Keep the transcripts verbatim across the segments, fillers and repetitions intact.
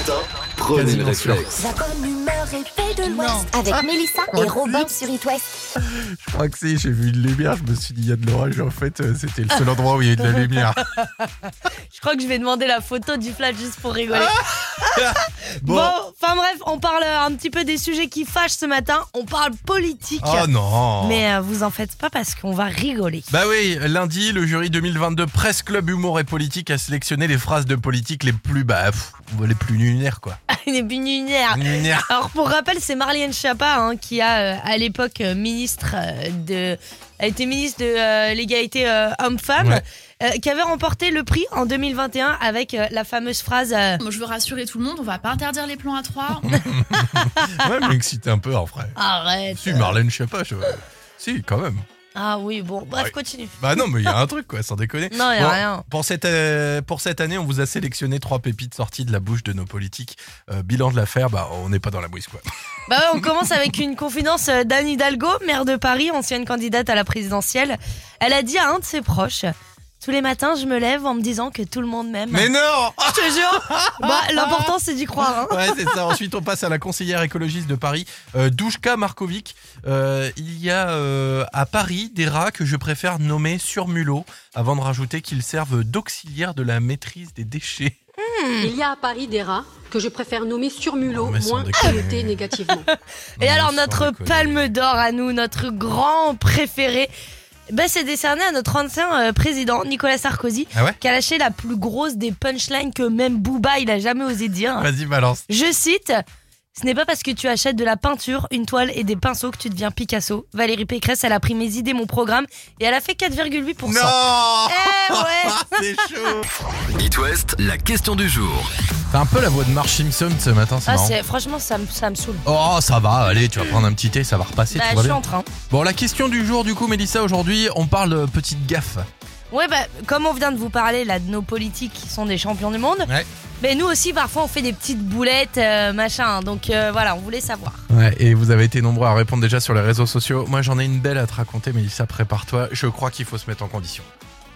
matin, prenez le Quasiment sûr. réflexe. La bonne humeur est faite de l'Ouest Non. avec Mélissa et Robin sur It West. Je crois que c'est, j'ai vu une lumière, je me suis dit il y a de l'orage. En fait, euh, c'était le seul endroit où il y a eu de la lumière. Je crois que je vais demander la photo du flash juste pour rigoler. Bon. Bon, enfin bref, on parle un petit peu des sujets qui fâchent ce matin. On parle politique. Oh non. Mais euh, vous en faites pas parce qu'on va rigoler. Bah oui, lundi, le jury deux mille vingt-deux Presse Club Humour et Politique a sélectionné les phrases de politique les plus, bah, pff, les plus lunaires, quoi. Il est binaire. Lunaires. Alors pour rappel, c'est Marlène Schiappa hein, qui a euh, à l'époque euh, ministre euh, de, a été ministre de euh, l'égalité euh, homme-femme, Ouais. euh, qui avait remporté le prix en deux mille vingt et un avec euh, la fameuse phrase. euh, Moi, je veux rassurer tout le monde, on va pas interdire les plans à trois. Ouais, mais excité un peu, en vrai. Arrête. Si, Marlène, je sais pas, je... si, quand même. Ah oui, bon, bref, Ouais. continue. Bah non, mais il y a un truc, quoi, sans déconner. Non, il y a Bon, rien. Pour cette, euh, pour cette année, on vous a sélectionné trois pépites sorties de la bouche de nos politiques. Euh, bilan de l'affaire, bah, on n'est pas dans la bouise, quoi. Bah ouais, on commence avec une confidence d'Anne Hidalgo, maire de Paris, ancienne candidate à la présidentielle. Elle a dit à un de ses proches: tous les matins, je me lève en me disant que tout le monde m'aime. Mais non. Je te jure. Bah, l'important, c'est d'y croire. Hein. Ouais, c'est ça. Ensuite, on passe à la conseillère écologiste de Paris, euh, Douchka Markovic. Euh, il y a euh, à Paris des rats que je préfère nommer surmulots, avant de rajouter qu'ils servent d'auxiliaire de la maîtrise des déchets. Il y a à Paris des rats que je préfère nommer surmulots, Non, mais sans moins déconner. connotés négativement. Et Non, alors, sans notre déconner. palme d'or à nous, notre grand préféré, bah, c'est décerné à notre ancien euh, président, Nicolas Sarkozy, Ah ouais. qui a lâché la plus grosse des punchlines que même Booba, il a jamais osé dire. Vas-y, balance. Je cite: ce n'est pas parce que tu achètes de la peinture, une toile et des pinceaux que tu deviens Picasso. Valérie Pécresse, elle a pris mes idées, mon programme, et elle a fait quatre virgule huit pour cent. Non. Eh ouais. C'est chaud. It West, la question du jour. T'as un peu la voix de Marge Simpson ce matin, c'est Ah, marrant. c'est, franchement, ça, me- ça me saoule. Oh, ça va, allez, tu vas prendre un petit thé, ça va repasser, Bah, tout je va suis bien. en train. Bon, la question du jour, du coup, Mélissa, aujourd'hui, on parle de petite gaffe. Ouais, bah, comme on vient de vous parler là de nos politiques qui sont des champions du monde, Ouais. mais nous aussi, parfois, on fait des petites boulettes, euh, machin. Donc euh, voilà, on voulait savoir. Ouais, et vous avez été nombreux à répondre déjà sur les réseaux sociaux. Moi, j'en ai une belle à te raconter, Mélissa, prépare-toi. Je crois qu'il faut se mettre en condition.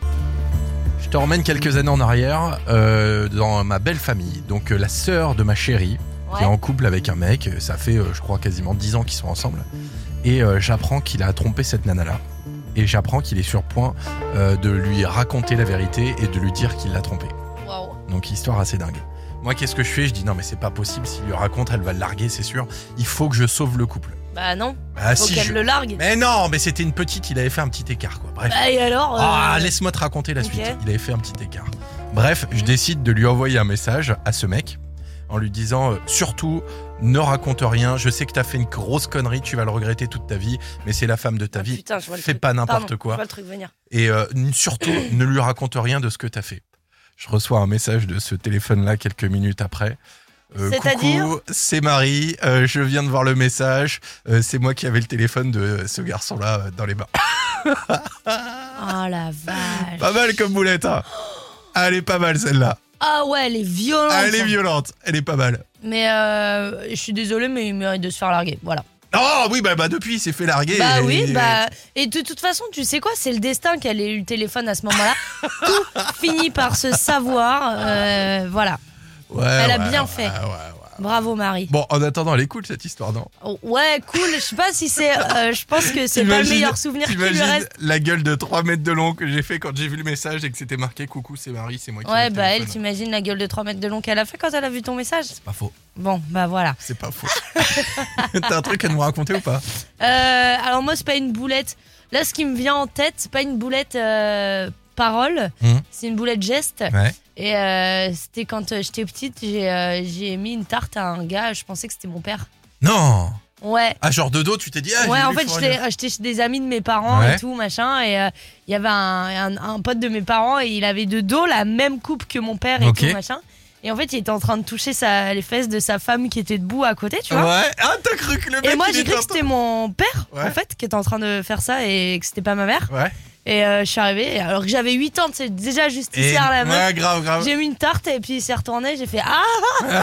Je te emmène quelques années en arrière, euh, dans ma belle famille. Donc, euh, la sœur de ma chérie, qui Ouais. est en couple avec un mec. Ça fait, euh, je crois, quasiment dix ans qu'ils sont ensemble. Et euh, j'apprends qu'il a trompé cette nana-là. Et j'apprends qu'il est sur point euh, de lui raconter la vérité et de lui dire qu'il l'a trompée. Waouh. Donc histoire assez dingue. Moi, qu'est-ce que je fais? Je dis non, mais c'est pas possible. S'il lui raconte, elle va le larguer, c'est sûr. Il faut que je sauve le couple. Bah non, Bah faut si qu'elle je... le largue. Mais non, mais c'était une petite. Il avait fait un petit écart, quoi. Bref. Bah, et alors euh, Ah, laisse-moi te raconter la ok. suite. Il avait fait un petit écart. Bref, je Mhm. décide de lui envoyer un message à ce mec en lui disant euh, surtout ne raconte rien. Je sais que t'as fait une grosse connerie, tu vas le regretter toute ta vie, mais c'est la femme de ta ah, vie. putain, je vois le Fais truc. pas n'importe Pardon, quoi. Je vois le truc venir. Et euh, surtout, ne lui raconte rien de ce que t'as fait. Je reçois un message de ce téléphone-là quelques minutes après. Euh, C'est-à-dire coucou, c'est Marie, euh, je viens de voir le message. Euh, c'est moi qui avais le téléphone de ce garçon-là euh, dans les mains. Oh la vache. Pas mal comme boulette, hein. Elle est pas mal celle-là. Ah ouais, elle est violente. Elle est violente, elle est pas mal. Mais euh, je suis désolée, mais il mérite de se faire larguer. Voilà. Oh oui, bah, bah depuis, il s'est fait larguer. Bah et- oui, bah. Et de toute façon, tu sais quoi? C'est le destin qu'elle ait eu le téléphone à ce moment-là. Tout finit par se savoir. euh, voilà. Ouais, Elle a ouais, bien ouais, fait. ouais, ouais. Bravo, Marie. Bon, en attendant, elle est cool cette histoire, non? Oh, ouais, cool. Je sais pas si c'est. euh, je pense que c'est pas le T'imagines- meilleur souvenir qui lui t'imagines reste. la gueule de trois mètres de long que j'ai fait quand j'ai vu le message et que c'était marqué coucou, c'est Marie, c'est moi qui ai Ouais, le bah elle, téléphone. t'imagines la gueule de trois mètres de long qu'elle a fait quand elle a vu ton message? C'est pas faux, Bon, bah voilà. c'est pas faux. T'as un truc à nous raconter ou pas? Euh, alors moi, c'est pas une boulette. Là, ce qui me vient en tête, c'est pas une boulette euh, parole, Mhm. c'est une boulette geste. Ouais. Et euh, c'était quand euh, j'étais petite, j'ai euh, j'ai mis une tarte à un gars, je pensais que c'était mon père. Non. Ouais. Ah, genre de dos, tu t'es dit ah, Ouais, j'ai en voulu fait, faire j'étais une- j'étais chez des amis de mes parents Ouais. et tout, machin. Et euh, il y avait un, un, un pote de mes parents et il avait de dos la même coupe que mon père et Ok. tout, machin. Et en fait, il était en train de toucher sa, les fesses de sa femme qui était debout à côté, tu vois. Ouais. Ah, t'as cru que le mec Et moi, il j'ai était cru en que c'était mon père, Ouais. en fait, qui était en train de faire ça et que c'était pas ma mère. Ouais. Et euh, je suis arrivée, alors que j'avais huit ans, c'est déjà Et... justicière la meuf. Ouais, grave, grave. J'ai mis une tarte et puis il s'est retourné, j'ai fait ah.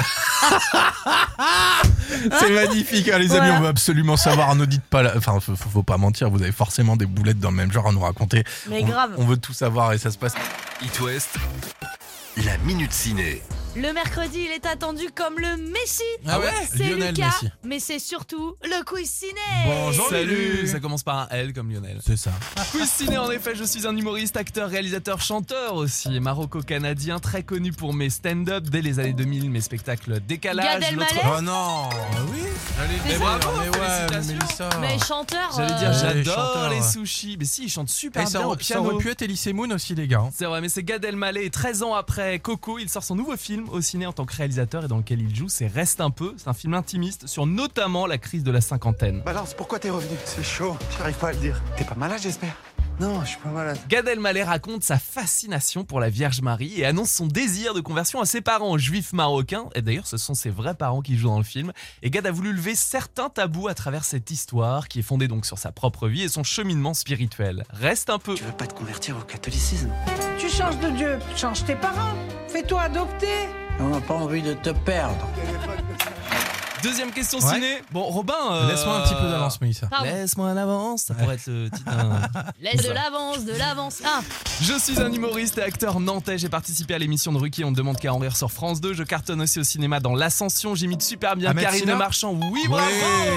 C'est magnifique, hein, les amis. Voilà. On veut absolument savoir. Ne dites pas, la- enfin, faut, faut, faut pas mentir. Vous avez forcément des boulettes dans le même genre à nous raconter. Mais on, grave. on veut tout savoir et ça se passe. It West, la minute ciné. Le mercredi, il est attendu comme le Messi. Ah ouais, C'est Lionel Lucas, Messi. mais c'est surtout le quiz ciné. Bonjour. Salut, Lulu. ça commence par un L comme Lionel. C'est ça. Quiz ciné, en effet, je suis un humoriste, acteur, réalisateur, chanteur aussi. Maroco-canadien, très connu pour mes stand-up dès les années deux mille, mes spectacles Décalage. Gad Elmaleh. Oh non. Oui. J'allais Mais dire, bravo, mais ouais, mais félicitations. Mélissa. Mais chanteur. J'allais euh, dire, Ouais, j'adore chanteur, les ouais. sushis. Mais si, il chante super Et ça, bien au aurait- ça piano. aurait pu être Elise Moon aussi, les gars. hein. C'est vrai, mais c'est Gad Elmaleh. Et treize ans après Coco, il sort son nouveau film au ciné en tant que réalisateur et dans lequel il joue. C'est Reste un peu. C'est un film intimiste sur notamment la crise de la cinquantaine. Balance, pourquoi t'es revenu? C'est chaud, j'arrive pas à le dire. T'es pas malade, j'espère? Non, je suis pas malade. Gad Elmaleh raconte sa fascination pour la Vierge Marie et annonce son désir de conversion à ses parents juifs marocains. Et d'ailleurs, ce sont ses vrais parents qui jouent dans le film. Et Gad a voulu lever certains tabous à travers cette histoire qui est fondée donc sur sa propre vie et son cheminement spirituel. Reste un peu. Tu veux pas te convertir au catholicisme? Tu changes de Dieu, change tes parents. Fais-toi adopter. On n'a pas envie de te perdre. Deuxième question Ouais. ciné. Bon, Robin. euh, Laisse-moi un petit peu d'avance, Mélissa. Pardon. Laisse-moi un avance. Ça pourrait être le titre. d'un- Laisse de l'avance, de l'avance. Ah, Je suis un humoriste et acteur nantais. J'ai participé à l'émission de Ruquier. On ne demande qu'à en rire sur France deux. Je cartonne aussi au cinéma dans L'Ascension. J'imite super bien Ahmed Karine Sina Marchand. Oui, bravo.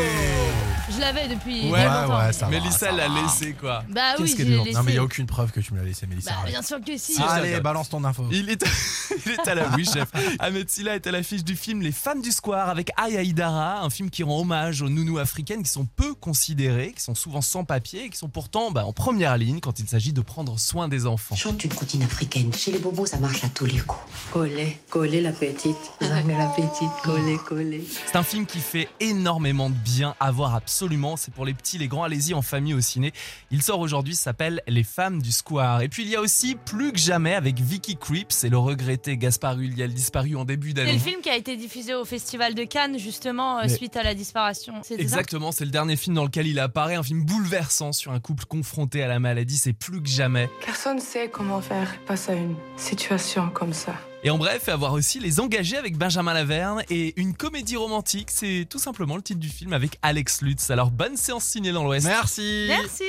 je l'avais depuis Ouais, bien longtemps. ouais, ça va, Mélissa ça l'a va. laissé quoi. Bah oui, Qu'est-ce je qu'elle l'ai est laissé. Non, mais il n'y a aucune preuve que tu me l'as laissé, Mélissa. Bah arrête. bien sûr que si. Ah, Allez, j'adore. balance ton info. Il est, il est à la oui chef. Ahmed Silla est à l'affiche du film Les Femmes du Square avec Aya Idara, un film qui rend hommage aux nounous africaines qui sont peu considérées, qui sont souvent sans papier et qui sont pourtant bah, en première ligne quand il s'agit de prendre soin des enfants. Chante une comptine africaine. Chez les bobos, ça marche à tous les coups. Collez, collez la petite. Zang la petite, collez, collez. C'est un film qui fait énormément de bien à voir absolument. C'est pour les petits, les grands, allez-y en famille au ciné. Il sort aujourd'hui, ça s'appelle Les Femmes du Square. Et puis il y a aussi Plus que jamais avec Vicky Krieps et le regretté Gaspard Ulliel disparu en début C'est d'année. le film qui a été diffusé au Festival de Cannes justement euh, Mais- suite à la disparition. C'était ça Exactement, c'est le dernier film dans lequel il apparaît, un film bouleversant sur un couple confronté à la maladie, c'est plus que jamais. Personne sait comment faire face à une situation comme ça. Et en bref, avoir aussi Les Engagés avec Benjamin Laverne et une comédie romantique, c'est tout simplement le titre du film avec Alex Lutz. Alors bonne séance ciné dans l'Ouest. Merci. Merci.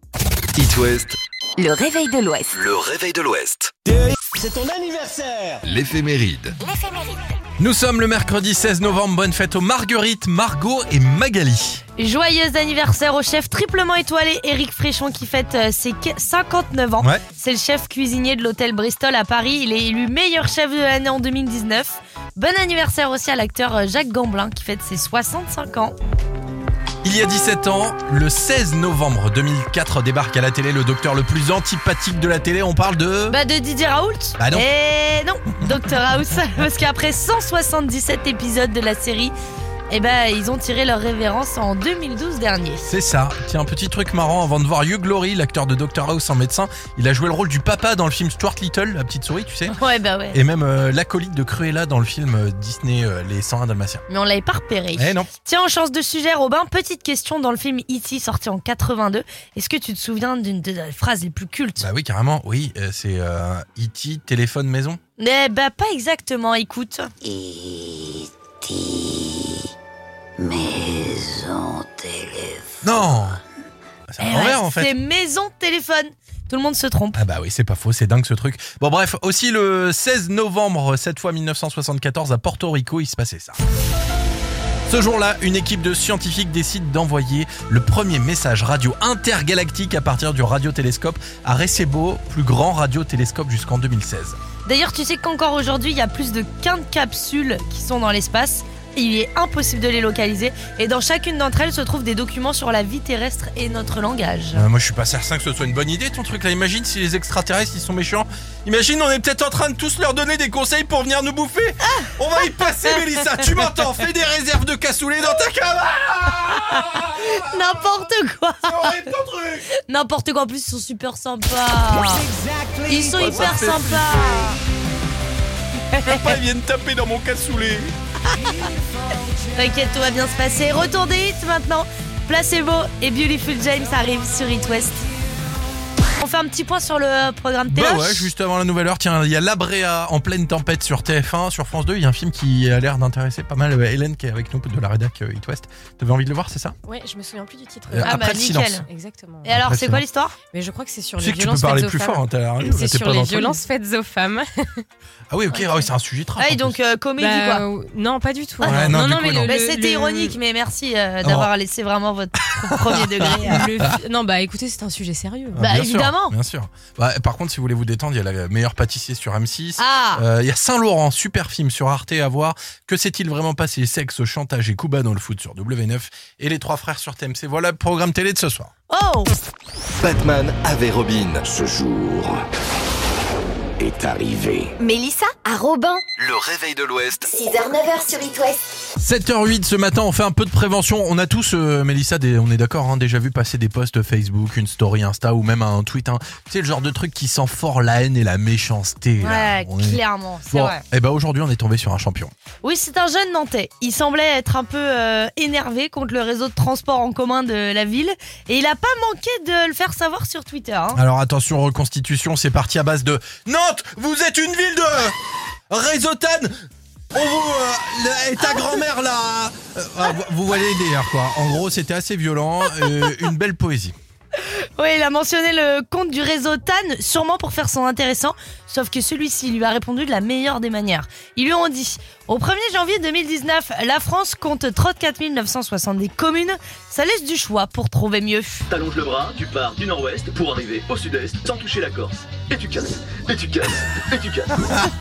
It West, Le réveil de l'Ouest. le réveil de l'Ouest. C'est ton anniversaire. L'éphéméride. L'éphéméride. Nous sommes le mercredi seize novembre. Bonne fête aux Marguerite, Margot et Magali. Joyeux anniversaire au chef triplement étoilé Éric Fréchon qui fête euh, ses cinquante-neuf ans. Ouais. C'est le chef cuisinier de l'hôtel Bristol à Paris. Il est élu meilleur chef de l'année en deux mille dix-neuf. Bon anniversaire aussi à l'acteur euh, Jacques Gamblin qui fête ses soixante-cinq ans. Il y a dix-sept ans, le seize novembre deux mille quatre, débarque à la télé le docteur le plus antipathique de la télé. On parle de... Bah de Didier Raoult. Bah non. Et non, docteur House. Parce qu'après cent soixante-dix-sept épisodes de la série, eh ben ils ont tiré leur révérence en deux mille douze dernier. C'est ça. Tiens, un petit truc marrant, avant de voir Hugh Laurie, l'acteur de docteur House en médecin, il a joué le rôle du papa dans le film Stuart Little, la petite souris, tu sais. Ouais bah ouais. Et même euh, l'acolyte de Cruella dans le film euh, Disney euh, Les cent un Dalmatiens. Mais on l'avait pas repéré. Eh non. Tiens, en chance de sujet, Robin, petite question dans le film E T sorti en quatre-vingt-deux. Est-ce que tu te souviens d'une des phrases les plus cultes? Bah oui, carrément. Oui, euh, c'est euh, E T téléphone maison. Eh bah pas exactement, écoute. E T Maison téléphone. Non. C'est à Eh l'envers ouais, en fait. C'est maison téléphone. Tout le monde se trompe. Ah bah oui, c'est pas faux, c'est dingue ce truc. Bon bref, aussi le seize novembre, cette fois mille neuf cent soixante-quatorze, à Porto Rico, il se passait ça. Ce jour-là, une équipe de scientifiques décide d'envoyer le premier message radio intergalactique à partir du radiotélescope Arecibo, plus grand radiotélescope jusqu'en deux mille seize. D'ailleurs, tu sais qu'encore aujourd'hui, il y a plus de quinze capsules qui sont dans l'espace. Il est impossible de les localiser. Et dans chacune d'entre elles se trouvent des documents sur la vie terrestre et notre langage. Euh, moi je suis pas certain que ce soit une bonne idée ton truc là, imagine si les extraterrestres ils sont méchants. Imagine on est peut-être en train de tous leur donner des conseils pour venir nous bouffer. On va y passer Mélissa, tu m'entends? Fais des réserves de cassoulet dans ta cave. N'importe quoi. C'est horrible ton truc. N'importe quoi. En plus, ils sont super sympas. Ils sont hyper sympas. Papa ils viennent taper dans mon cassoulet. T'inquiète, tout va bien se passer. Retour des hits maintenant. Placebo et Beautiful James arrivent sur It West. On fait un petit point sur le programme T H. Bah ouais, juste avant la nouvelle heure, tiens, il y a l'Abréa en pleine tempête sur T F un, sur France deux, il y a un film qui a l'air d'intéresser pas mal Hélène qui est avec nous de la rédac euh, It West. T'avais envie de le voir, c'est ça? Ouais, je me souviens plus du titre. Euh, Ah Après bah le nickel. silence. Exactement. Et alors, Après, c'est c'est quoi bon. l'histoire? Mais je crois que c'est sur Tu les sais que tu peux violences parler faites aux plus femmes. fort, hein, t'as la radio, là, C'est t'es sur pas les dans le violences faites aux femmes. Ah oui, ok, ah oui, c'est un sujet trash. Ah, en et donc plus. euh, comédie Bah, quoi. euh, non, pas du tout. Ouais, hein. non, non, du non, coup, mais non. le, Bah, le- c'était le- ironique, mais merci euh, Non. d'avoir laissé vraiment votre premier degré. euh. le fi- Non, bah écoutez, c'est un sujet sérieux. Ah, Bah, bien sûr, évidemment. bien sûr. Bah, par contre, si vous voulez vous détendre, il y a la meilleure pâtissier sur M six. Ah Euh, Il y a Saint-Laurent, super film sur Arte à voir. Que s'est-il vraiment passé? Sexe, chantage et Cuba dans le foot sur W neuf. Et les trois frères sur T M C. Voilà le programme télé de ce soir. Oh Batman avait Robin. Ce jour est arrivé. Mélissa à Robin. Le réveil de l'Ouest. six heures neuf heures sur It West. sept heures huit ce matin, on fait un peu de prévention. On a tous, euh, Mélissa, des, on est d'accord, hein, déjà vu passer des posts Facebook, une story Insta ou même un tweet. Hein. Tu sais, le genre de truc qui sent fort la haine et la méchanceté. là. Ouais, On est- clairement, c'est Bon, vrai. et ben aujourd'hui, on est tombé sur un champion. Oui, c'est un jeune Nantais. Il semblait être un peu euh, énervé contre le réseau de transport en commun de la ville. Et il a pas manqué de le faire savoir sur Twitter. Hein. Alors attention, reconstitution, c'est parti à base de Nantes, vous êtes une ville de Réseautane. On vous euh, et ta grand-mère là. Euh, ah, vous, vous voyez l'idée, quoi. En gros, c'était assez violent, euh, une belle poésie. Oui, il a mentionné le compte du réseau T A N, sûrement pour faire son intéressant, sauf que celui-ci lui a répondu de la meilleure des manières. Ils lui ont dit « Au premier janvier deux mille dix-neuf, la France compte trente-quatre mille neuf cent soixante-dix communes. Ça laisse du choix pour trouver mieux. » T'allonges le bras, tu pars du nord-ouest pour arriver au sud-est sans toucher la Corse. Et tu casses, et tu casses, et tu casses.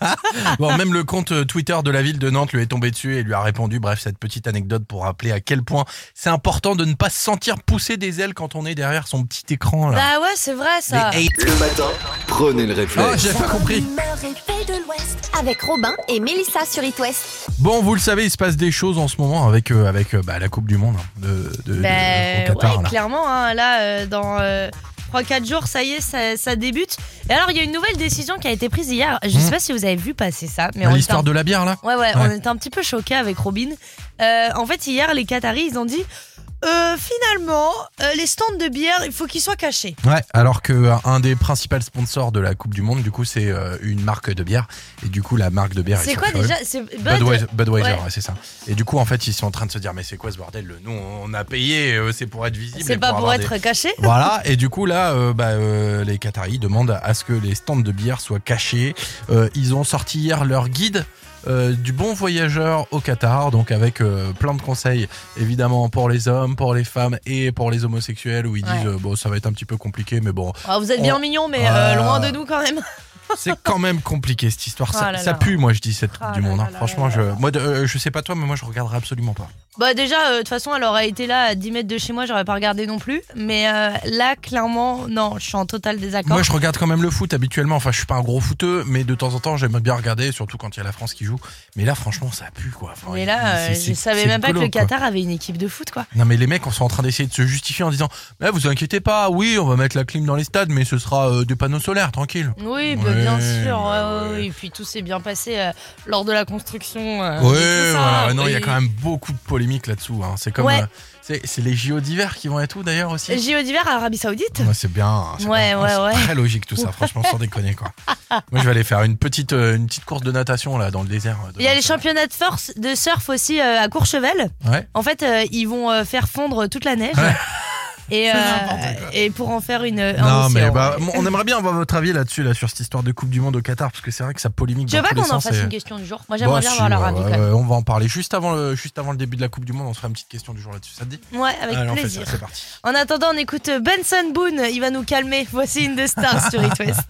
Bon, même le compte Twitter de la ville de Nantes lui est tombé dessus et lui a répondu. Bref, cette petite anecdote pour rappeler à quel point c'est important de ne pas se sentir pousser des ailes quand on est derrière son petit écran là. Bah ouais, c'est vrai ça. Les hate- Le matin, prenez le Oh, réflexe. j'ai pas compris. Le réveil de l'Ouest. Avec Robin et Mélissa sur It West. Bon, vous le savez, il se passe des choses en ce moment avec euh, avec euh, bah, la Coupe du Monde hein, de, de, de- Bah, au Qatar. ouais, là. clairement, hein, là, euh, dans euh, trois quatre jours, ça y est, ça, ça débute. Et alors, il y a une nouvelle décision qui a été prise hier. Je Mmh. sais pas si vous avez vu passer ça, mais Bah, on L'histoire était un- de la bière là. Ouais, ouais, Ouais. on était un petit peu choqués avec Robin. Euh, en fait, hier, les Qataris, ils ont dit euh, finalement, euh, les stands de bière, il faut qu'ils soient cachés. Ouais, alors que euh, un des principaux sponsors de la Coupe du Monde, du coup, c'est euh, une marque de bière. Et du coup, la marque de bière est C'est quoi sulfureuse. déjà C'est Bud Budweiser, Budweiser, Ouais. ouais, c'est ça. Et du coup, en fait, ils sont en train de se dire, mais c'est quoi ce bordel? Nous, on a payé, euh, c'est pour être visible. C'est et pas pour avoir être des- caché. Voilà, et du coup là, euh, bah, euh, les Qataris demandent à ce que les stands de bière soient cachés. Euh, ils ont sorti hier leur guide euh, du bon voyageur au Qatar, donc avec euh, plein de conseils, évidemment pour les hommes, pour les femmes et pour les homosexuels, où ils Ouais. disent euh, bon, ça va être un petit peu compliqué, mais bon, Ah, vous êtes bien On- mignons, mais Ah. euh, loin de nous quand même. c'est quand même compliqué cette histoire. Ah Ça, là ça là. pue, moi je dis cette Ah Coupe du là Monde. là hein. là Franchement, là je, là. moi, de- euh, je sais pas toi, mais moi je regarderai absolument pas. Bah déjà, euh, de toute façon, elle aurait été là à dix mètres de chez moi, j'aurais pas regardé non plus. Mais euh, là, clairement, non, je suis en total désaccord. Moi, je regarde quand même le foot habituellement. Enfin, je suis pas un gros footeux, mais de temps en temps, j'aime bien regarder, surtout quand il y a la France qui joue. Mais là, franchement, ça pue, quoi. Enfin, Mais il- là, euh, c'est- je c'est- savais c'est même pas que le écolo, quoi. Qatar avait une équipe de foot, quoi. Non, mais les mecs, on sont en train d'essayer de se justifier en disant, mais vous inquiétez pas, oui, on va mettre la clim dans les stades, mais ce sera euh, des panneaux solaires, tranquille. Oui, bah, Ouais, bien sûr. ouais, ouais, ouais, ouais. Et puis tout s'est bien passé euh, lors de la construction. euh, Ouais, de tout ça, voilà. Non, il y a oui. quand même beaucoup de polémiques là-dessous. Hein. C'est comme, Ouais. euh, c'est c'est les J O d'hiver qui vont être où d'ailleurs aussi. J O d'hiver à Arabie Saoudite. Ouais, c'est bien. c'est Ouais, bien. ouais, c'est ouais. très logique tout ça, franchement, sans déconner, quoi. Moi, je vais aller faire une petite, euh, une petite course de natation là dans le désert. euh, Il y a demain. les championnats de force de surf aussi euh, à Courchevel. Ouais. En fait, euh, ils vont euh, faire fondre toute la neige. Ouais. Et, C'est euh, n'importe quoi. et pour en faire une. un Non, mais océan. bah, on aimerait bien avoir votre avis là-dessus, là, sur cette histoire de Coupe du Monde au Qatar, parce que c'est vrai que ça polémique Tu veux dans pas tous les qu'on en sens. fasse et- une question du jour? Moi, j'aimerais Bah, bien si, avoir leur ouais, avis ouais, quand même. ouais, on va en parler juste avant, le, juste avant le début de la Coupe du Monde. On se fera une petite question du jour là-dessus. Ça te dit? Ouais, avec Allez, on fait plaisir. ça, c'est parti. En attendant, on écoute Benson Boone. Il va nous calmer. Voici une de stars sur It West.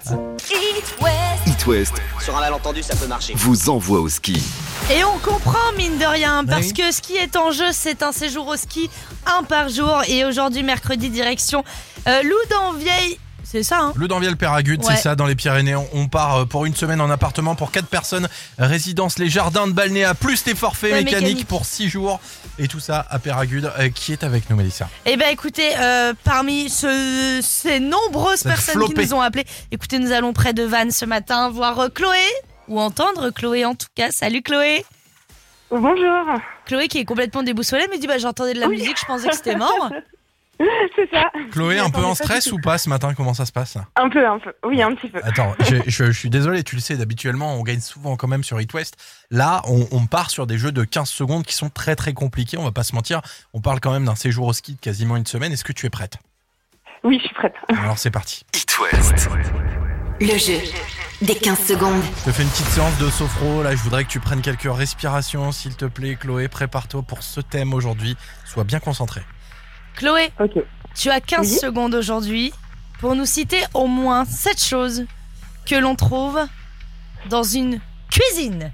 It West. It West Sur un malentendu, ça peut marcher. vous envoie au ski. Et on comprend, mine de rien, parce Oui. que ce qui est en jeu, c'est un séjour au ski, un par jour. Et aujourd'hui, mercredi, direction euh, Loudanvieille. C'est ça, hein? Loudanvielle-Péragude, Ouais. c'est ça, dans les Pyrénées. On, on part euh, pour une semaine en appartement pour quatre personnes. Résidence Les Jardins de Balnéa, plus les forfaits Ouais, mécaniques mécanique. pour six jours. Et tout ça à Péragude. Euh, qui est avec nous, Mélissa? Eh ben écoutez, euh, parmi ce- ces nombreuses Ça a personnes flopé. qui nous ont appelés, écoutez, nous allons près de Vannes ce matin voir euh, Chloé, ou entendre Chloé en tout cas. Salut Chloé. Bonjour. Chloé qui est complètement déboussolée, me dit bah j'entendais de la Oui. musique, je pensais que c'était mort. C'est ça. Chloé, un peu en Pas stress du tout. ou pas ce matin? Comment ça se passe là? Un peu, un peu. Oui, un petit peu. Attends, je, je, je suis désolé, tu le sais, d'habituellement on gagne souvent quand même sur It West. Là, on, on part sur des jeux de quinze secondes qui sont très très compliqués, on va pas se mentir. On parle quand même d'un séjour au ski de quasiment une semaine. Est-ce que tu es prête? Oui, je suis prête. Alors c'est parti. It West. Le jeu des quinze secondes. Je te fais une petite séance de sophro. Là, je voudrais que tu prennes quelques respirations, s'il te plaît. Chloé, prépare-toi pour ce thème aujourd'hui. Sois bien concentré. Chloé, Ok. tu as quinze Oui. secondes aujourd'hui pour nous citer au moins sept choses que l'on trouve dans une cuisine.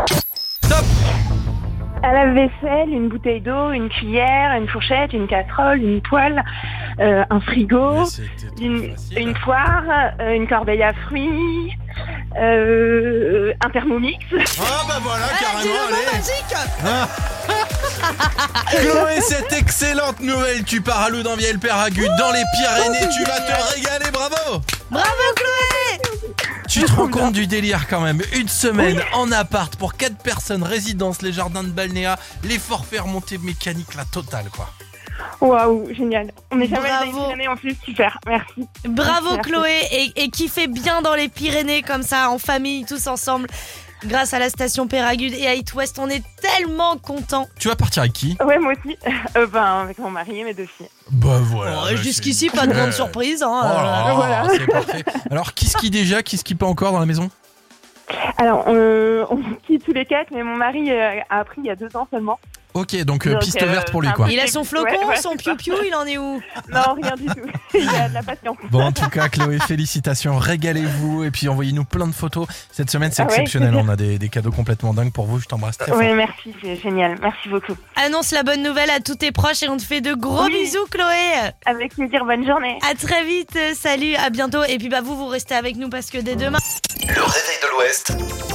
Un lave-vaisselle, une bouteille d'eau, une cuillère, une fourchette, une casserole, une poêle, euh, un frigo, Mais c'était trop une, facile. une poire, euh, une corbeille à fruits, euh, un thermomix. Ah bah voilà, Ah, dis carrément, le mot allez. magique. Chloé, cette excellente nouvelle, tu pars à Loudainvielle Péragudes dans les Pyrénées, tu vas te régaler, bravo. Bravo Chloé. Tu te rends compte du délire quand même. Une semaine en appart pour quatre personnes, résidence, les jardins de Balnéa, les forfaits remontées mécaniques, la totale quoi. Waouh, génial. On n'est jamais allé Bravo. dans les Pyrénées en plus, super, merci. Bravo Merci. Chloé et, et qui fait bien dans les Pyrénées comme ça en famille tous ensemble grâce à la station Péragudes et à It West. On est tellement contents. Tu vas partir avec qui? Ouais, moi aussi. Euh, ben, avec mon mari et mes deux filles. Bah voilà. Oh, bah, jusqu'ici c'est- pas de grande Ouais. surprise hein. Oh là là, Voilà. c'est parfait. Alors qui ski déjà, qui ski pas encore dans la maison? Alors, euh, on quitte tous les quatre, mais mon mari euh, a appris il y a deux ans seulement. Ok, donc, euh, Donc, piste euh, verte pour lui c'est un quoi. peu- Il a son flocon, Ouais, ouais, son c'est ça. piou-piou, il en est où? Non, rien du tout. Il y a de la patience. Bon, en tout cas, Chloé, félicitations, régalez-vous et puis envoyez-nous plein de photos. Cette semaine, c'est Ah ouais, exceptionnel. plaisir. On a des, des cadeaux complètement dingues pour vous. Je t'embrasse très fort. Oui, merci, c'est génial. Merci beaucoup. Annonce la bonne nouvelle à tous tes proches et on te fait de gros Oui. bisous Chloé. Avec plaisir, bonne journée. À très vite, euh, salut, à bientôt. Et puis bah vous, vous restez avec nous parce que dès demain... Le réveil de l'Ouest.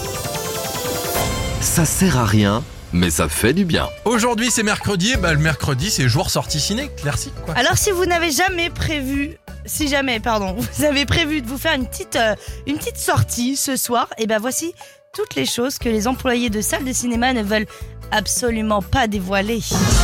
Ça sert à rien, mais ça fait du bien. Aujourd'hui, c'est mercredi. Bah, le mercredi, c'est jour sortie ciné classique, quoi. Alors si vous n'avez jamais prévu, si jamais, pardon, vous avez prévu de vous faire une petite, euh, une petite sortie ce soir, et ben voici toutes les choses que les employés de salles de cinéma ne veulent absolument pas dévoiler.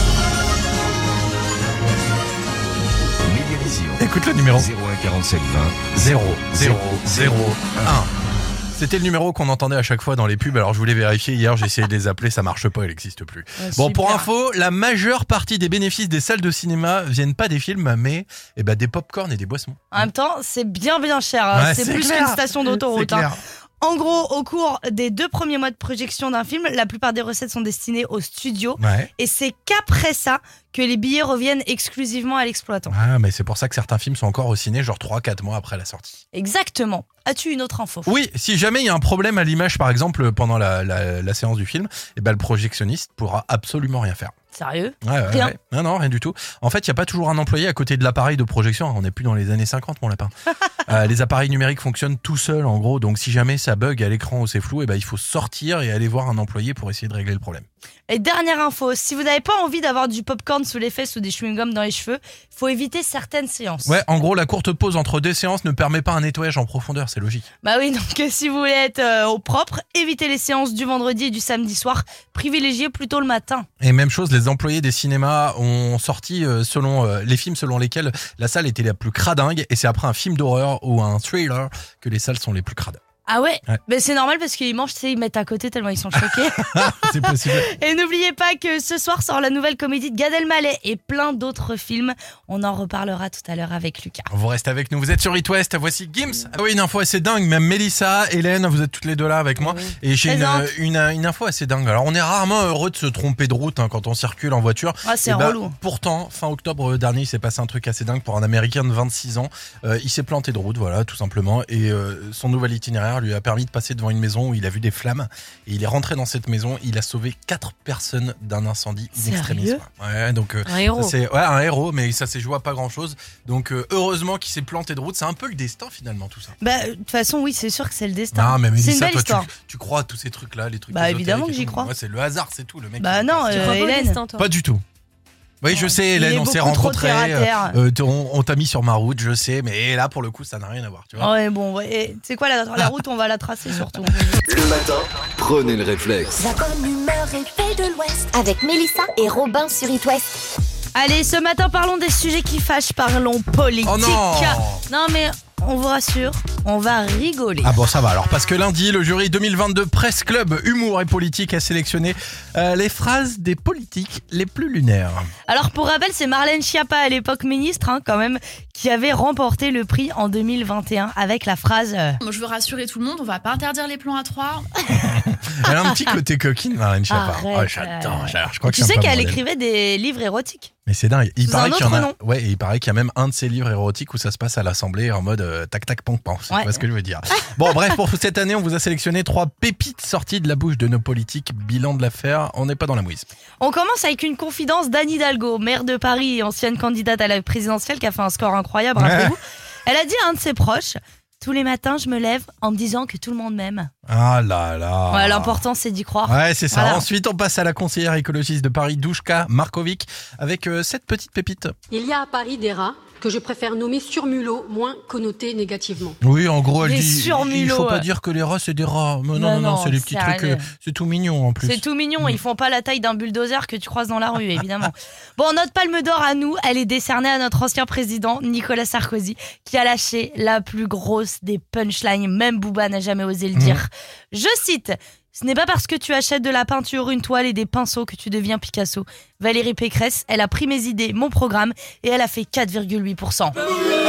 Écoute le numéro. zéro un quarante-sept vingt. zéro zéro zéro un. C'était le numéro qu'on entendait à chaque fois dans les pubs. Alors je voulais vérifier hier, j'ai essayé de les appeler, ça marche pas, il n'existe plus. Ouais, Bon, pour super. info, la majeure partie des bénéfices des salles de cinéma viennent pas des films, mais eh ben, des pop-corn et des boissons. En même temps, c'est bien bien cher, hein. Ouais, c'est c'est plus clair. qu'une station d'autoroute. C'est clair. hein. En gros, au cours des deux premiers mois de projection d'un film, la plupart des recettes sont destinées au studio. Ouais. Et c'est qu'après ça que les billets reviennent exclusivement à l'exploitant. Ah, mais c'est pour ça que certains films sont encore au ciné, genre trois quatre mois après la sortie. Exactement. As-tu une autre info? Oui, si jamais il y a un problème à l'image, par exemple, pendant la, la, la séance du film, eh ben, le projectionniste pourra absolument rien faire. Sérieux? Ouais, ouais, Rien. ouais. Non, non, rien du tout. En fait, il n'y a pas toujours un employé à côté de l'appareil de projection. On n'est plus dans les années cinquante, mon lapin. euh, les appareils numériques fonctionnent tout seuls, en gros. Donc, si jamais ça bug à l'écran ou c'est flou, eh ben, il faut sortir et aller voir un employé pour essayer de régler le problème. Et dernière info, si vous n'avez pas envie d'avoir du popcorn sous les fesses ou des chewing-gums dans les cheveux, faut éviter certaines séances. Ouais, en gros, la courte pause entre deux séances ne permet pas un nettoyage en profondeur, c'est logique. Bah oui, donc euh, si vous voulez être euh, au propre, évitez les séances du vendredi et du samedi soir. Privilégiez plutôt le matin. Et même chose, les employés des cinémas ont sorti euh, selon euh, les films selon lesquels la salle était la plus cradingue, et c'est après un film d'horreur ou un thriller que les salles sont les plus crades. Ah ouais, Ouais. Mais c'est normal parce qu'ils mangent, tu sais, ils mettent à côté tellement ils sont choqués. C'est possible. Et n'oubliez pas que ce soir sort la nouvelle comédie de Gad Elmaleh et plein d'autres films. On en reparlera tout à l'heure avec Lucas. Vous restez avec nous, vous êtes sur It West, voici Gims. Ah oui, une info assez dingue, même Mélissa, Hélène, vous êtes toutes les deux là avec moi. Et j'ai une, Présente. une, une info assez dingue. Alors on est rarement heureux de se tromper de route hein, quand on circule en voiture. Ah, c'est Et bah, relou. pourtant, fin octobre dernier, il s'est passé un truc assez dingue pour un Américain de vingt-six ans. Euh, il s'est planté de route, voilà, tout simplement. Et euh, son nouvel itinéraire lui a permis de passer devant une maison où il a vu des flammes. Et il est rentré dans cette maison, il a sauvé quatre personnes d'un incendie in extremis. Sérieux quoi. Ouais, donc euh, Un héros. ça, c'est- ouais, un héros, mais ça s'est joué à pas grand chose. Donc euh, heureusement qu'il s'est planté de route. C'est un peu le destin finalement tout ça. Bah, de toute façon, oui, c'est sûr que c'est le destin. Non, mais c'est une Mélissa, belle toi, histoire. tu, tu crois à tous ces trucs-là, les trucs Bah, ésotériques évidemment et que j'y tout. crois. Moi, c'est le hasard, c'est tout, le mec. Bah qui- non, Tu euh, crois pas au Hélène. destin, toi? Pas du tout. Oui, je sais, Il est Hélène, on s'est beaucoup trop rencontrés. terre à terre. euh, t- on on t'a mis sur ma route, je sais, mais là, pour le coup, ça n'a rien à voir, tu vois. Ouais, bon, ouais. C'est quoi la, la route? On va la tracer surtout. Le matin, prenez le réflexe. La bonne humeur est faite de l'Ouest avec Mélissa et Robin sur It West. Allez, ce matin, parlons des sujets qui fâchent, parlons politique. Oh non Non mais, on vous rassure, on va rigoler. Ah bon, ça va alors, parce que lundi, le jury deux mille vingt-deux Presse Club Humour et Politique a sélectionné euh, les phrases des politiques les plus lunaires. Alors pour rappel, c'est Marlène Schiappa, à l'époque ministre, hein, quand même, qui avait remporté le prix en deux mille vingt et un avec la phrase euh... Moi, je veux rassurer tout le monde, on va pas interdire les plans à trois. Elle a un petit côté coquine, Marlène Schiappa. Arrête, Oh, j'adore, euh... j'adore. Je crois que Tu c'est sais un peu qu'elle modèle. écrivait des livres érotiques. Mais c'est dingue. Il Sous paraît un qu'il y en a. autre nom. Ouais, et il paraît qu'il y a même un de ces livres érotiques où ça se passe à l'Assemblée en mode euh, tac tac pong pong. C'est Ouais. pas ce que je veux dire. Bon, bref, pour cette année, on vous a sélectionné trois pépites sorties de la bouche de nos politiques. Bilan de l'affaire, on n'est pas dans la mouise. On commence avec une confidence d'Anne Hidalgo, maire de Paris et ancienne candidate à la présidentielle, qui a fait un score incroyable, rappelez-vous. Elle a dit à un de ses proches: tous les matins, je me lève en me disant que tout le monde m'aime. Ah là là. Ouais, l'important, c'est d'y croire. Ouais, c'est ça. Voilà. Ensuite, on passe à la conseillère écologiste de Paris, Douchka Markovic, avec euh, cette petite pépite. Il y a à Paris des rats que je préfère nommer surmulots, moins connotés négativement. Oui, en gros, elle Les dit surmulots, il faut pas ouais. dire que les rats, c'est des rats. Mais non, Non, non, non, non, c'est des petits sérieux. trucs. euh, c'est tout mignon en plus. C'est tout mignon, ils font pas la taille d'un bulldozer que tu croises dans la rue, évidemment. Bon, notre palme d'or à nous, elle est décernée à notre ancien président, Nicolas Sarkozy, qui a lâché la plus grosse des punchlines, même Booba n'a jamais osé le dire. Je cite: ce n'est pas parce que tu achètes de la peinture, une toile et des pinceaux que tu deviens Picasso. Valérie Pécresse, elle a pris mes idées, mon programme, et elle a fait quatre virgule huit pour cent.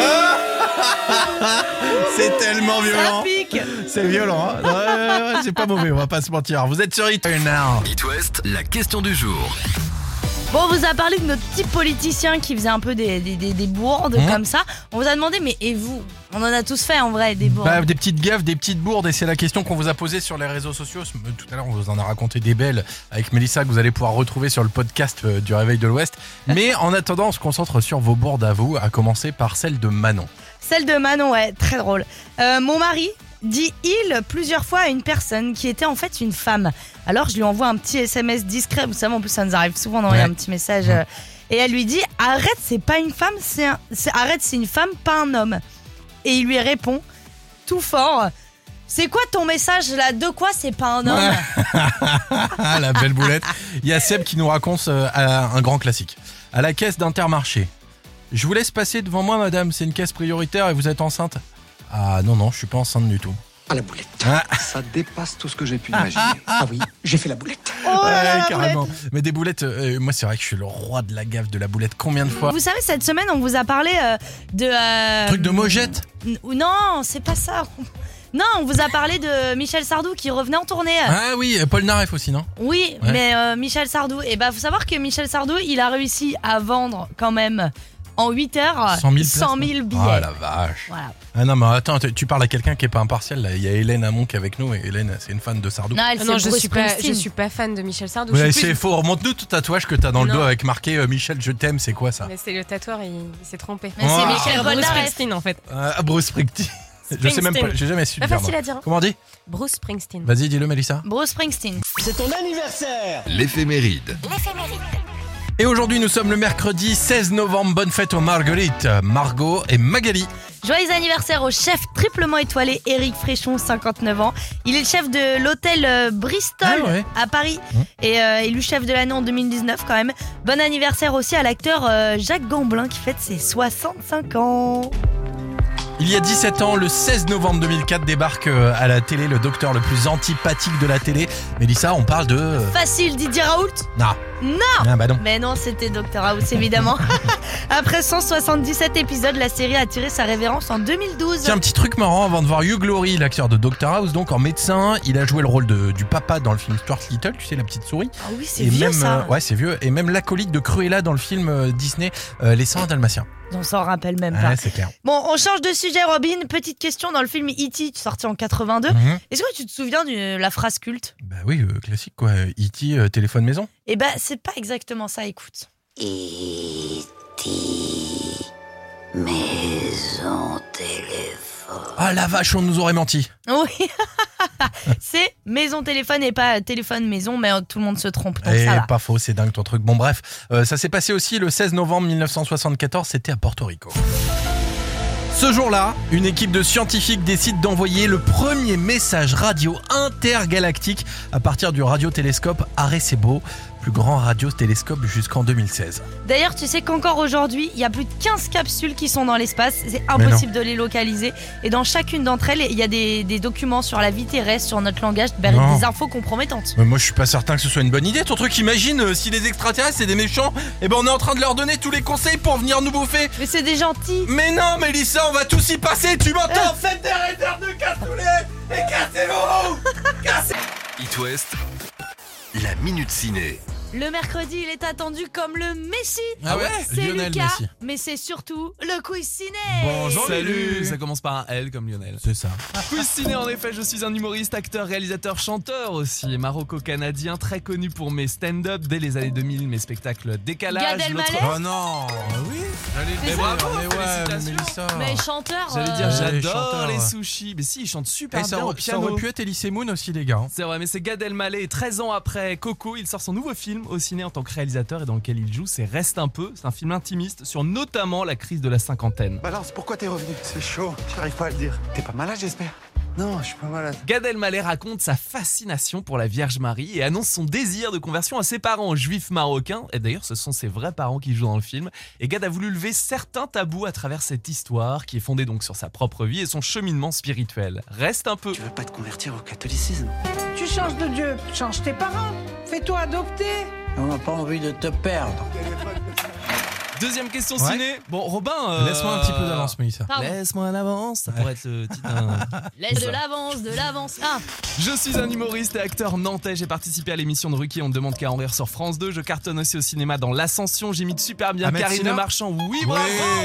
C'est tellement violent. Ça pique. C'est violent. Hein ouais, ouais, ouais, c'est pas mauvais, on va pas se mentir. Vous êtes sur It Now. It West, la question du jour. Bon, on vous a parlé de notre petit politicien qui faisait un peu des, des, des, des bourdes Mmh. comme ça. On vous a demandé, mais et vous? On en a tous fait en vrai, des bourdes. Bah, des petites gaffes, des petites bourdes, et c'est la question qu'on vous a posée sur les réseaux sociaux. Tout à l'heure, on vous en a raconté des belles avec Mélissa que vous allez pouvoir retrouver sur le podcast euh, du Réveil de l'Ouest. Mais en attendant, on se concentre sur vos bourdes à vous, à commencer par celle de Manon. Celle de Manon, ouais, très drôle. Euh, mon mari dit il plusieurs fois à une personne qui était en fait une femme. Alors je lui envoie un petit S M S discret, vous savez, en plus ça nous arrive souvent d'envoyer Ouais. un petit message. euh, et elle lui dit arrête, c'est pas une femme, c'est un, c'est, arrête, c'est une femme, pas un homme. Et il lui répond tout fort: c'est quoi ton message là? De quoi c'est pas un homme? Ah, la belle boulette. Il y a Seb qui nous raconte euh, un grand classique. À la caisse d'Intermarché: je vous laisse passer devant moi, madame, c'est une caisse prioritaire et vous êtes enceinte. Ah non, non, je suis pas enceinte du tout. Ah, la boulette. Ah. Ça dépasse tout ce que j'ai pu imaginer. Ah oui, j'ai fait la boulette. Oh là Ouais, là, la carrément. boulette. Mais des boulettes, euh, moi c'est vrai que je suis le roi de la gaffe de la boulette. Combien de fois? Vous savez, cette semaine on vous a parlé euh, de... euh, Truc de mojette. n- Non, c'est pas ça. Non, on vous a parlé de Michel Sardou qui revenait en tournée. Ah oui, euh, Paul Naref aussi, non? Oui, Ouais. mais euh, Michel Sardou, et bah faut savoir que Michel Sardou, il a réussi à vendre quand même en huit heures cent mille places, mille non billets. Ah la vache. Voilà. Ah non, mais attends, tu tu parles à quelqu'un qui est pas impartial là. Il y a Hélène Amon qui est avec nous et Hélène, c'est une fan de Sardou. Non, elle, Ah c'est non, je Bruce suis, pas, je Springsteen. suis pas fan de Michel Sardou. Ouais, je suis c'est plus- faux. Remonte-nous ton tatouage que t'as dans le Non. dos avec marqué euh, Michel, je t'aime. C'est quoi ça? Mais c'est le tatoueur, il, il s'est trompé. Mais c'est Oh. Michel Bruce Polnareff. Springsteen en fait. Ah, Bruce Springsteen. Je sais même pas, j'ai jamais su. Pas le dire, facile moi. à dire. hein. Comment on dit? Bruce Springsteen. Vas-y, dis-le, Mélissa. Bruce Springsteen. C'est ton anniversaire. L'éphéméride. Et aujourd'hui, nous sommes le mercredi seize novembre. Bonne fête aux Marguerites, Margot et Magali. Joyeux anniversaire au chef triplement étoilé Éric Fréchon, cinquante-neuf ans. Il est le chef de l'hôtel euh, Bristol Ah ouais. à Paris Mmh. et euh, élu chef de l'année en deux mille dix-neuf quand même. Bon anniversaire aussi à l'acteur euh, Jacques Gamblin qui fête ses soixante-cinq ans. Il y a dix-sept ans, le seize novembre deux mille quatre, débarque euh, à la télé le docteur le plus antipathique de la télé. Mélissa, on parle de... euh, Facile, Didier Raoult? Non. Non. Ah bah non. Mais non, c'était docteur House évidemment. Après cent soixante-dix-sept épisodes, la série a tiré sa révérence en deux mille douze. Tiens, un petit truc marrant avant de voir Hugh Laurie, l'acteur de docteur House, donc en médecin. Il a joué le rôle de, du papa dans le film Stuart Little, tu sais, la petite souris. Ah oui, c'est Et vieux même, ça. euh, ouais, c'est vieux. Et même l'acolyte de Cruella dans le film euh, Disney, euh, Les cent un Dalmatiens. On s'en rappelle même pas. Ouais, c'est clair. Bon, on change de sujet, Robin. Petite question, dans le film E T sorti en quatre-vingt-deux, Mhm. est-ce que tu te souviens de la phrase culte? Bah oui, euh, classique quoi. E T, euh, téléphone maison. Eh ben, c'est pas exactement ça, écoute. E T Maison téléphone. Ah la vache, on nous aurait menti. Oui, c'est maison téléphone et pas téléphone maison, mais euh, tout le monde se trompe, donc Eh, ça va. pas faux, c'est dingue ton truc. Bon bref, euh, ça s'est passé aussi le seize novembre mille neuf cent soixante-quatorze, c'était à Porto Rico. Ce jour-là, une équipe de scientifiques décide d'envoyer le premier message radio intergalactique à partir du radiotélescope Arecibo. plus grand radiotélescope jusqu'en deux mille seize. D'ailleurs, tu sais qu'encore aujourd'hui, il y a plus de quinze capsules qui sont dans l'espace. C'est impossible de les localiser. Et dans chacune d'entre elles, il y a des, des documents sur la vie terrestre, sur notre langage, ben, des infos compromettantes. Mais moi, je suis pas certain que ce soit une bonne idée. Ton truc, imagine euh, si les extraterrestres c'est des méchants, et ben on est en train de leur donner tous les conseils pour venir nous bouffer. Mais c'est des gentils. Mais non, Mélissa, on va tous y passer. Tu m'entends? Faites des réserves de cassoulet et cassez-vous. Cassez. It West, la minute ciné. Le mercredi, il est attendu comme le Messi. Ah ouais, c'est Lionel Lucas, Messi. mais c'est surtout le quiz ciné. Bonjour, salut. Lulu. Ça commence par un L comme Lionel. C'est ça. Quiz ciné, en effet, je suis un humoriste, acteur, réalisateur, chanteur aussi. Maroco-canadien, très connu pour mes stand-up dès les années deux mille, mes spectacles Décalage. Gad Elmaleh. Oh non. Oui. J'allais Mais dire, bravo, mais ouais, félicitations. Mélissa. Mais chanteur. J'allais euh, dire, Ouais, j'adore chanteur, les ouais. sushis. Mais si, il chante super Et ça, bien au aurait- ça piano. aurait pu être Elise Moon aussi, les gars. C'est vrai, mais c'est Gad Elmaleh. Et treize ans après Coco, il sort son nouveau film au ciné en tant que réalisateur et dans lequel il joue. C'est Reste un peu. C'est un film intimiste sur notamment la crise de la cinquantaine. Balance, pourquoi t'es revenu? C'est chaud, j'arrive pas à le dire. T'es pas malade, j'espère? Non, je suis pas malade. Gad Elmaleh raconte sa fascination pour la Vierge Marie et annonce son désir de conversion à ses parents juifs marocains. Et d'ailleurs, ce sont ses vrais parents qui jouent dans le film. Et Gad a voulu lever certains tabous à travers cette histoire qui est fondée donc sur sa propre vie et son cheminement spirituel. Reste un peu. Tu veux pas te convertir au catholicisme? Tu changes de Dieu, change tes parents. Fais-toi adopter. On n'a pas envie de te perdre. Deuxième question Ouais. ciné. Bon, Robin. euh, Laisse-moi un petit peu d'avance, Mélissa. Pardon. Laisse-moi l'avance. Ça pourrait être le titre d'un. Laisse de l'avance, de l'avance. Ah, Je suis un humoriste et acteur nantais. J'ai participé à l'émission de Ruquier, on ne demande qu'à en rire sur France deux. Je cartonne aussi au cinéma dans L'Ascension. J'imite super bien Ahmed Karine Sina Marchand. Oui, bravo.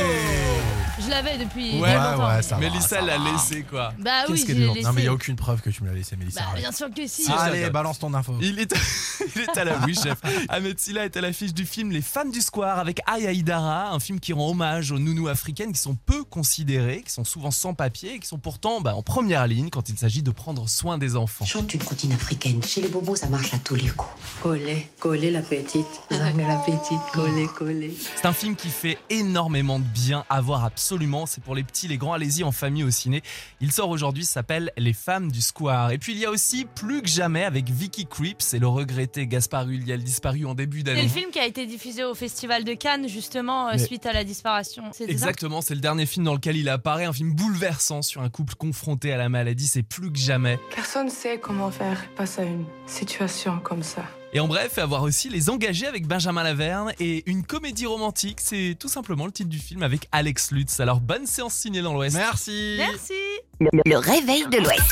je l'avais depuis Ouais, bien ouais, longtemps. ouais, ça va, Mélissa ça l'a va. laissé quoi. Bah oui, Qu'est-ce j'ai qu'elle est laissé. Non, mais il n'y a aucune preuve que tu me l'as laissé, Mélissa. Bah arrête. bien sûr que si. Si, Allez, j'adore. balance ton info. Il est, il est à la oui chef. Ahmed Silla est à l'affiche du film Les Femmes du Square avec Aya Idara, un film qui rend hommage aux nounous africaines qui sont peu considérées, qui sont souvent sans papier et qui sont pourtant bah, en première ligne quand il s'agit de prendre soin des enfants. Chante une comptine africaine. Chez les bobos, ça marche à tous les coups. Collez, collez la petite. Zangue la petite, collez, collez. C'est un film qui fait énormément de bien à voir absolument. C'est pour les petits, les grands, allez-y en famille au ciné. Il sort aujourd'hui, s'appelle Les Femmes du Square. Et puis il y a aussi Plus que jamais avec Vicky Krieps et le regretté Gaspard Ulliel disparu en début C'est d'année. le film qui a été diffusé au Festival de Cannes justement euh, Mais- suite à la disparition. C'était ça. Exactement, c'est le dernier film dans lequel il apparaît, un film bouleversant sur un couple confronté à la maladie, c'est Plus que jamais. Personne ne sait comment faire face à une situation comme ça. Et en bref, avoir aussi Les Engagés avec Benjamin Laverne et une comédie romantique, c'est tout simplement le titre du film avec Alex Lutz. Alors bonne séance ciné dans l'Ouest. Merci. Merci. Le réveil de l'Ouest.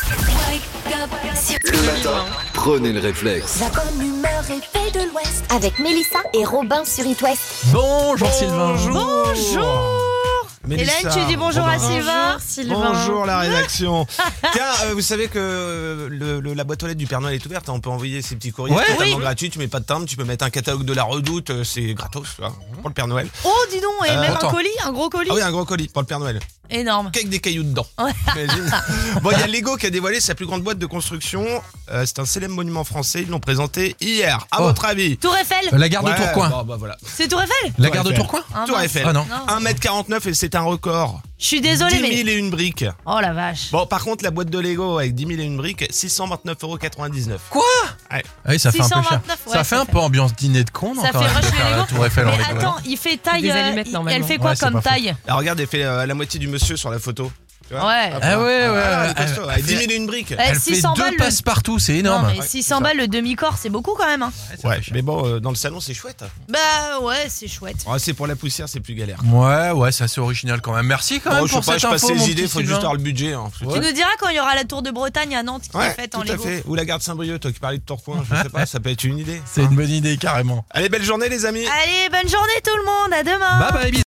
Le matin, prenez le réflexe. La bonne humeur réveil de l'Ouest. Avec Mélissa et Robin sur It West. Bonjour Sylvain. Bonjour. Mélissa, Hélène, tu dis bonjour à Robin. Sylvain. Sylvain. Bonjour la rédaction. Tiens, euh, vous savez que euh, le, le- la boîte aux lettres du Père Noël est ouverte. hein, On peut envoyer ces petits courriers Ouais. totalement Oui. gratuits. Tu mets pas de timbre, tu peux mettre un catalogue de la Redoute. euh, C'est gratos, tu vois, pour le Père Noël. Oh, dis donc, et Euh, même attends. un colis, un gros colis. Ah oui, un gros colis pour le Père Noël. Énorme. Qu'avec des cailloux dedans. Ouais. T'imagines. Bon, il y a Lego qui a dévoilé sa plus grande boîte de construction. Euh, c'est un célèbre monument français. Ils l'ont présenté hier. À Oh. votre avis? Tour Eiffel. Euh, La gare de Ouais, Tourcoing. Bon, bah voilà. C'est Tour Eiffel. La Tour gare de Eiffel. Tourcoing. Ah, Tour mince. Eiffel. Ah non. Non. un mètre quarante-neuf et c'est un record. Je suis désolée, dix mais. mille et une briques. Oh la vache. Bon, par contre, la boîte de Lego avec dix mille et une briques, six cent vingt-neuf euros quatre-vingt-dix-neuf. Quoi? Ouais. Ah oui, ça fait un peu cher. six cent vingt-neuf, ouais, ça fait un peu ambiance dîner de con, non, Ça quand fait même, rush de faire les la Lego. Tour Eiffel en Mais rigolant. attends, il fait taille. Des euh, allumettes, il- normalement. Elle fait quoi Ouais, c'est comme pas faux. taille? Alors regarde, elle fait euh, la moitié du monsieur sur la photo. Tu vois Ouais. Hop, Ah là. ouais, ouais, Ah, ouais. elle est costaud, Elle avec dix fait- mille et une briques. Eh, Elle fait six cents deux balles, le- passe-partout, c'est énorme. Non, mais Ouais, six c'est cents ça. balles le demi-corps, c'est beaucoup quand même. Hein. Ouais, mais bon, euh, dans le salon, c'est chouette. Bah ouais, c'est chouette. Oh, c'est pour la poussière, c'est plus galère. Ouais, ouais, c'est assez original quand même. Merci quand Bon, même je sais pour pas, cette je passe info, mon ces idées, petit faut juste Sylvain. avoir le budget. Hein. Ouais. Tu nous diras quand il y aura la tour de Bretagne à Nantes qui Ouais, est faite en tout à Lego. fait. Ou la gare de Saint-Brieuc, toi qui parlais de Tourcoing, je sais pas, ça peut être une idée. C'est une bonne idée carrément. Allez, belle journée les amis. Allez, bonne journée tout le monde, à demain. Bye bye.